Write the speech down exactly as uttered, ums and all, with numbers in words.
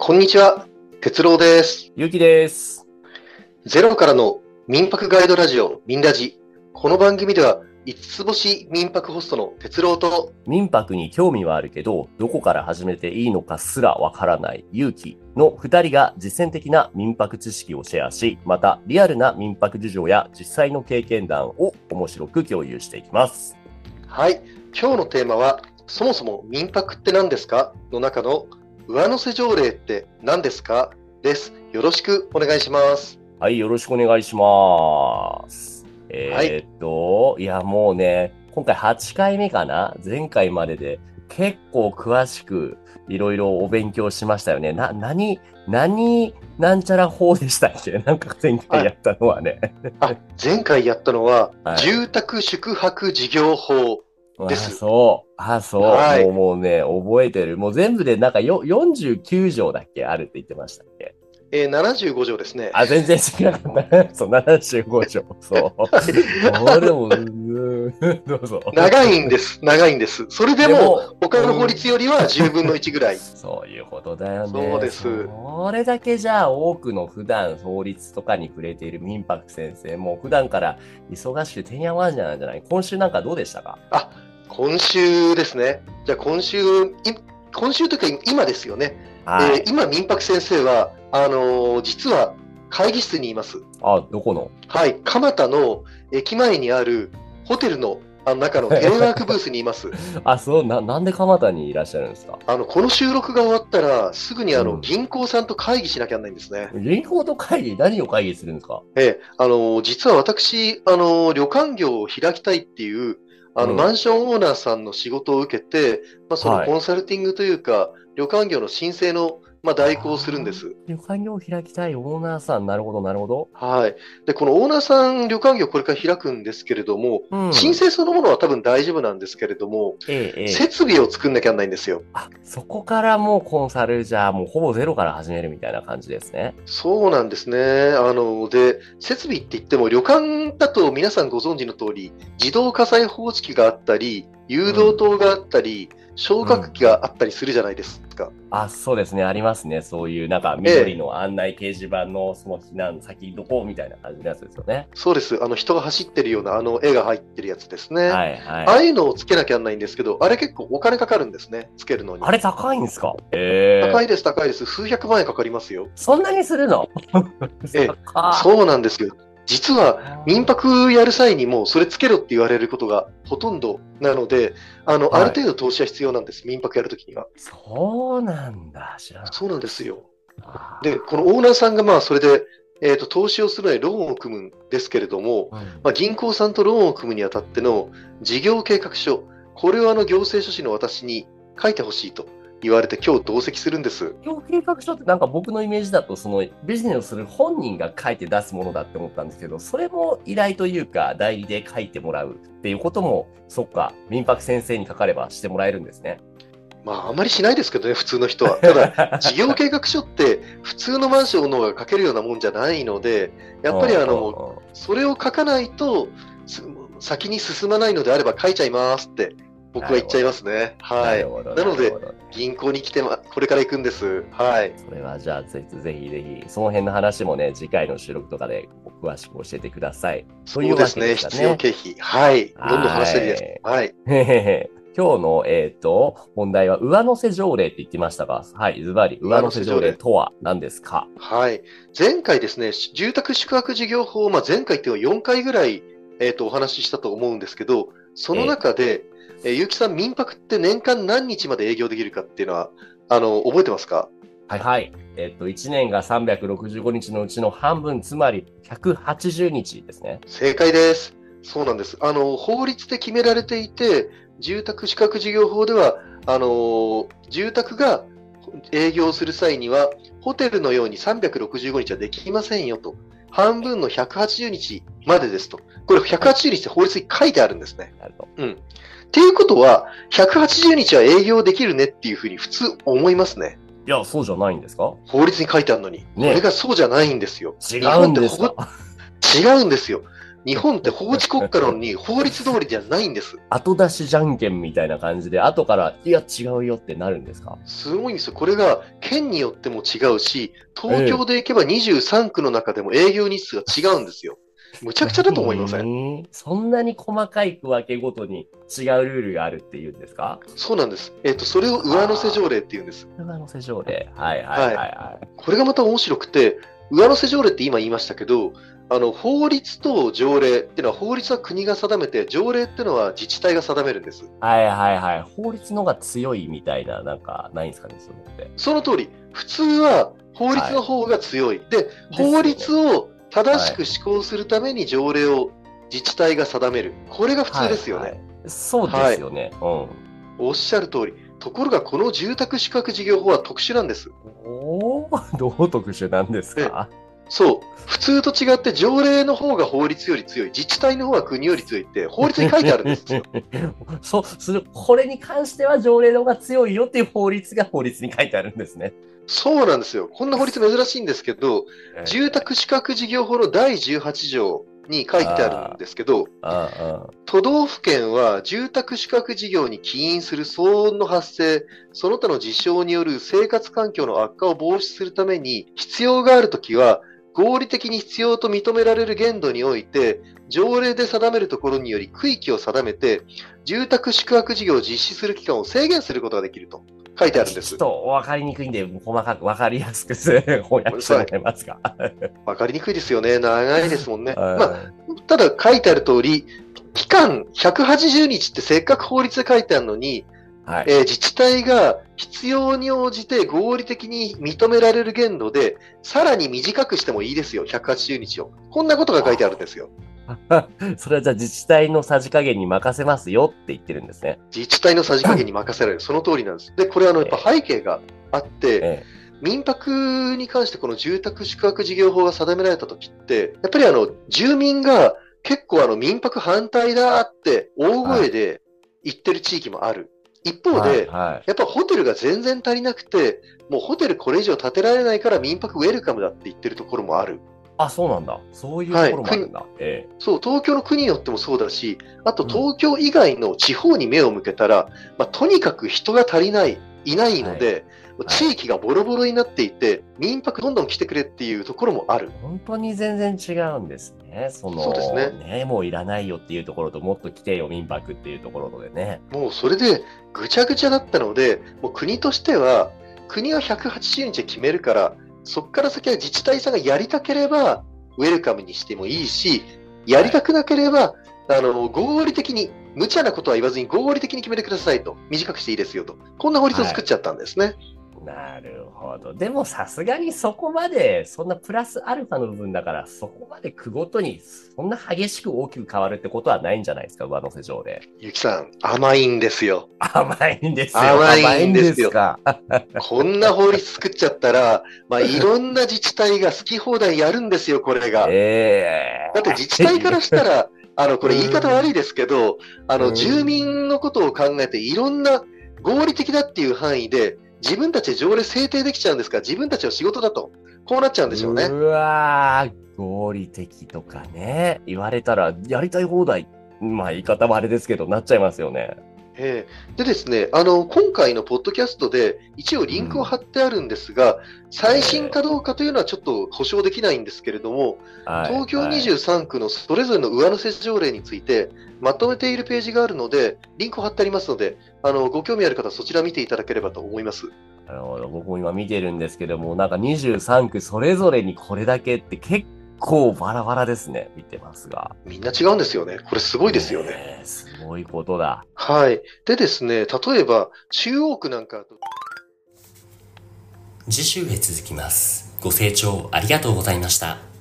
こんにちは、哲郎です。 ゆうきです。 ゼロからの民泊ガイドラジオ、ミンラジ。この番組では、五つ星民泊ホストの哲郎と、 民泊に興味はあるけど、どこから始めていいのかすらわからないゆうきの二人が実践的な民泊知識をシェアし、またリアルな民泊事情や実際の経験談を面白く共有していきます。 はい、今日のテーマは、そもそも民泊って何ですかの中の上乗せ条例って何ですかです。よろしくお願いします。 はい、よろしくお願いします。えー、っと、はい、いやもうね、今回はちかいめかな？前回までで結構詳しくいろいろお勉強しましたよね。な、何、何、なんちゃら法でしたっけ？なんか前回やったのはね。 あ、前回やったのは、 はい、 住宅宿泊事業法です。 あ、そう。あ、そう。はい、もう、もうね、覚えてる。もう全部でなんかよよんじゅうきゅう条だっけあるって言ってましたっけ？ えー、ななじゅうご条ですね。 あ、全然違かった。そう、ななじゅうご条。そう。あれも、どうぞ。 長いんです。長いんです。それでも、他の法律よりはじゅうぶんのいちぐらい。 そういうことだよね。 そうです。 それだけじゃあ、多くの普段法律とかに触れている民泊先生も、普段から忙しくてんやわんじゃないんじゃない？今週なんかどうでしたか？ あ、今週ですね。じゃあ今週、今週というか今ですよね。はい、えー、今、民泊先生は、あのー、実は会議室にいます。 あ、どこの？ はい、蒲田の駅前にあるホテルの中のテレワークブースにいます。 あ、そう、な、なんで蒲田にいらっしゃるんですか？ あの、この収録が終わったら、すぐにあの、うん、銀行さんと会議しなきゃならないんですね。 銀行と会議？何を会議するんですか？ ええ、あの、実は私、あの、旅館業を開きたいっていう、あの、うん、マンションオーナーさんの仕事を受けて、まあ、そのコンサルティングというか、はい、旅館業の申請の、まあ、代行をするんです。 旅館業を開きたいオーナーさん、なるほど、なるほど。 はい。で、このオーナーさん、旅館業これから開くんですけれども、うん、申請そのものは多分大丈夫なんですけれども、ええ、設備を作んなきゃならないんですよ。 あ、そこからもうコンサルじゃあもうほぼゼロから始めるみたいな感じですね。 そうなんですね。あの、で、設備って言っても旅館だと皆さんご存知の通り、自動火災報知器があったり、誘導灯があったり、うん、消火器があったりするじゃないですか。うん、 あ、そうですね。ありますね。そういうなんか緑の案内掲示板のその避難先どこみたいな感じのやつですよね。 そうです。あの人が走ってるようなあの絵が入ってるやつですね。 はいはい。 ああいうのをつけなきゃならないんですけど、あれ結構お金かかるんですね。つけるのに。 あれ高いんですか？えー、高いです、高いです。数百万円かかりますよ。 そんなにするの？ ええ、そうなんですよ。実は民泊やる際にもそれつけろって言われることがほとんどなので、あの、はい、ある程度投資は必要なんです。民泊やるときには。 そうなんだ。知らなかった。 そうなんですよ。で、このオーナーさんがまあそれで、えーと、投資をするのにローンを組むんですけれども、うん、まあ、銀行さんとローンを組むにあたっての事業計画書、これをあの行政書士の私に書いてほしいと言われて今日同席するんです。 事業計画書ってなんか僕のイメージだとそのビジネスをする本人が書いて出すものだって思ったんですけど、それも依頼というか代理で書いてもらうっていうことも、そっか、民泊先生にかかればしてもらえるんですね。 まあ、あまりしないですけどね、普通の人は。ただ、事業計画書って普通のマンションの方が書けるようなもんじゃないので、やっぱりあの、それを書かないと先に進まないのであれば書いちゃいますって僕は言っちゃいますね。はい。なので、銀行に来て、ま、これから行くんです。はい。 それはじゃあぜひぜひぜひ、その辺の話もね、次回の収録とかで詳しく教えてください。 そうですね、必要経費。はい。どんどん話していいです。はい。 今日の、えっと、問題は上乗せ条例って言ってましたが、はい、ズバリ上乗せ条例とは何ですか？ はい。前回ですね、住宅宿泊事業法、まあ、前回っていうのはよんかいぐらい、えっと、お話ししたと思うんですけど、その中で、えー、結城さん、民泊って年間何日まで営業できるかっていうのは、あの、覚えてますか？ はいはい。えっと、いちねんがさんびゃくろくじゅうごにちのうちの半分、つまりひゃくはちじゅうにちですね。 正解です。そうなんです。あの、法律で決められていて、住宅宿泊事業法では、あの、住宅が営業する際には、ホテルのようにさんびゃくろくじゅうごにちはできませんよと。半分のひゃくはちじゅうにちまでですと。これひゃくはちじゅうにちって法律に書いてあるんですね。なるほど。うん。っていうことは、ひゃくはちじゅうにちは営業できるねっていうふうに普通思いますね。 いや、そうじゃないんですか？ 法律に書いてあるのに。ね、これがそうじゃないんですよ。 違うんですか？ 違うんですよ。 日本って法治国家なのに法律通りじゃないんです。 後出しじゃんけんみたいな感じで、後から、いや、違うよってなるんですか？ すごいんですよ。これが県によっても違うし、東京で行けばにじゅうさんくの中でも営業日数が違うんですよ。むちゃくちゃだと思いません？ 何そんなに細かい区分けごとに違うルールがあるっていうんですか？ そうなんです。えっと、それを上乗せ条例っていうんです。 上乗せ条例。はいはいはいはい。 これがまた面白くて、上乗せ条例って今言いましたけど、あの、法律と条例っていうのは、法律は国が定めて、条例っていうのは自治体が定めるんです。 はいはいはい。法律の方が強いみたいな、なんか、ないんですかね、それって。 その通り。普通は法律の方が強い。で、法律を正しく施行するために条例を自治体が定める。これが普通ですよね。 はいはい、そうですよね、 はい。うん。おっしゃる通り。ところが、この住宅宿泊事業法は特殊なんです。 おー、どう特殊なんですか？ そう。普通と違って条例の方が法律より強い。自治体の方が国より強いって法律に書いてあるんですよ。 そう、それ、これに関しては条例の方が強いよっていう法律が法律に書いてあるんですね。 そうなんですよ。こんな法律珍しいんですけど、住宅宿泊事業法のだいじゅうはち条に書いてあるんですけど、 ああああ都道府県は住宅宿泊事業に起因する騒音の発生、その他の事象による生活環境の悪化を防止するために必要があるときは、合理的に必要と認められる限度において、条例で定めるところにより区域を定めて、住宅宿泊事業を実施する期間を制限することができると書いてあるんです。 ちょっと分かりにくいんで、細かく分かりやすく翻訳してもらえますか？ 分かりにくいですよね。長いですもんね。まあ、ただ書いてある通り、期間ひゃくはちじゅうにちってせっかく法律で書いてあるのに、はい、えー、自治体が必要に応じて合理的に認められる限度で、さらに短くしてもいいですよ、ひゃくはちじゅうにちを。こんなことが書いてあるんですよ。 それはじゃあ自治体のさじ加減に任せますよって言ってるんですね。 自治体のさじ加減に任せられる。その通りなんです。で、これあの、やっぱ背景があって、ええ、民泊に関してこの住宅宿泊事業法が定められたときって、やっぱりあの、住民が結構あの、民泊反対だって大声で言ってる地域もある。はい、一方で、はいはい、やっぱホテルが全然足りなくて、もうホテルこれ以上建てられないから民泊ウェルカムだって言ってるところもある。 あ、そうなんだ。そういうところもあるんだ。はい、ええ、 そう、東京の国によってもそうだし、あと東京以外の地方に目を向けたら、うん、まあ、とにかく人が足りない、いないので、はい、地域がボロボロになっていて、民泊どんどん来てくれっていうところもある。 本当に全然違うんですね。その、 そうですね。 ね、もういらないよっていうところと、もっと来てよ民泊っていうところでね。 もうそれでぐちゃぐちゃだったので、もう国としては、国はひゃくはちじゅうにちで決めるから、そこから先は自治体さんがやりたければ、ウェルカムにしてもいいし、やりたくなければ、はい、あの、合理的に、無茶なことは言わずに合理的に決めてくださいと。短くしていいですよと。こんな法律を作っちゃったんですね。はい、 なるほど。でもさすがにそこまで、そんなプラスアルファの部分だから、そこまで区ごとに、そんな激しく大きく変わるってことはないんじゃないですか、上乗せ条例。 ゆきさん、甘いんですよ。 甘いんですよ。 甘いんですよ。こんな法律作っちゃったら、まあ、いろんな自治体が好き放題やるんですよ、これが。えー、だって自治体からしたら、あの、これ言い方悪いですけど、あの、住民のことを考えて、いろんな合理的だっていう範囲で、自分たちで条例制定できちゃうんですから、自分たちの仕事だと。こうなっちゃうんでしょうね。 うわー、合理的とかね。言われたら、やりたい放題。まあ言い方はあれですけど、なっちゃいますよね。 えー、でですね、あの、今回のポッドキャストで一応リンクを貼ってあるんですが、うん、最新かどうかというのはちょっと保証できないんですけれども、はい、東京にじゅうさんくのそれぞれの上乗せ条例についてまとめているページがあるので、リンクを貼ってありますので、あの、ご興味ある方はそちら見ていただければと思います。 なるほど。僕も今見てるんですけども、なんかにじゅうさんくそれぞれにこれだけって結構バラバラですね。見てますが。 みんな違うんですよね。これすごいですよね。 えー、すごいことだ。 はい。でですね、例えば、中央区なんか。 次週へ続きます。ご清聴ありがとうございました。